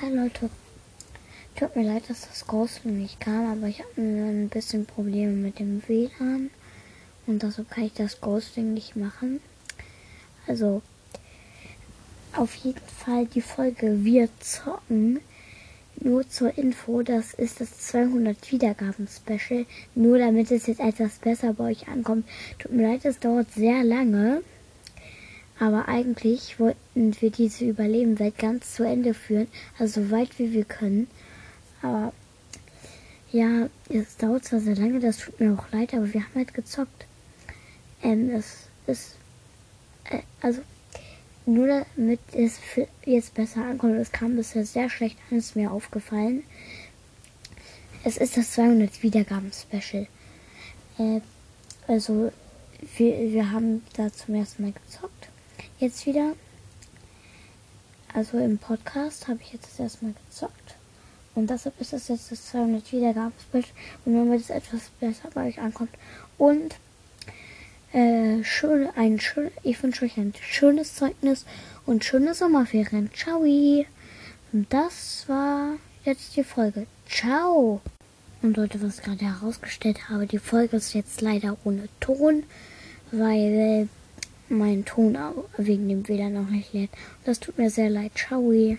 Hi Leute, tut mir leid, dass das Ghosting nicht kam, aber ich habe ein bisschen Probleme mit dem WLAN und deshalb kann ich das Ghosting nicht machen. Also, auf jeden Fall die Folge Wir zocken. Nur zur Info, das ist das 200 Wiedergaben Special. Nur damit es jetzt etwas besser bei euch ankommt. Tut mir leid, es dauert sehr lange. Aber eigentlich wollten wir diese Überlebenwelt ganz zu Ende führen. Also so weit wie wir können. Aber ja, es dauert zwar sehr lange, das tut mir auch leid, aber wir haben halt gezockt. Es ist, also nur damit es jetzt besser ankommt, es kam bisher sehr schlecht an, ist mir aufgefallen. Es ist das 200 Wiedergaben Special. Also wir haben da zum ersten Mal gezockt. Jetzt wieder. Also im Podcast habe ich jetzt das erste Mal gezockt. Und deshalb ist das jetzt das 200 Wiedergaben Special. Und damit es etwas besser bei euch ankommt. Und ich wünsche euch ein schönes Zeugnis und schöne Sommerferien. Ciao. Und das war jetzt die Folge. Ciao. Und Leute, was ich gerade herausgestellt habe, die Folge ist jetzt leider ohne Ton, weil mein Ton wegen dem WLAN noch nicht lädt. Das tut mir sehr leid. Ciao.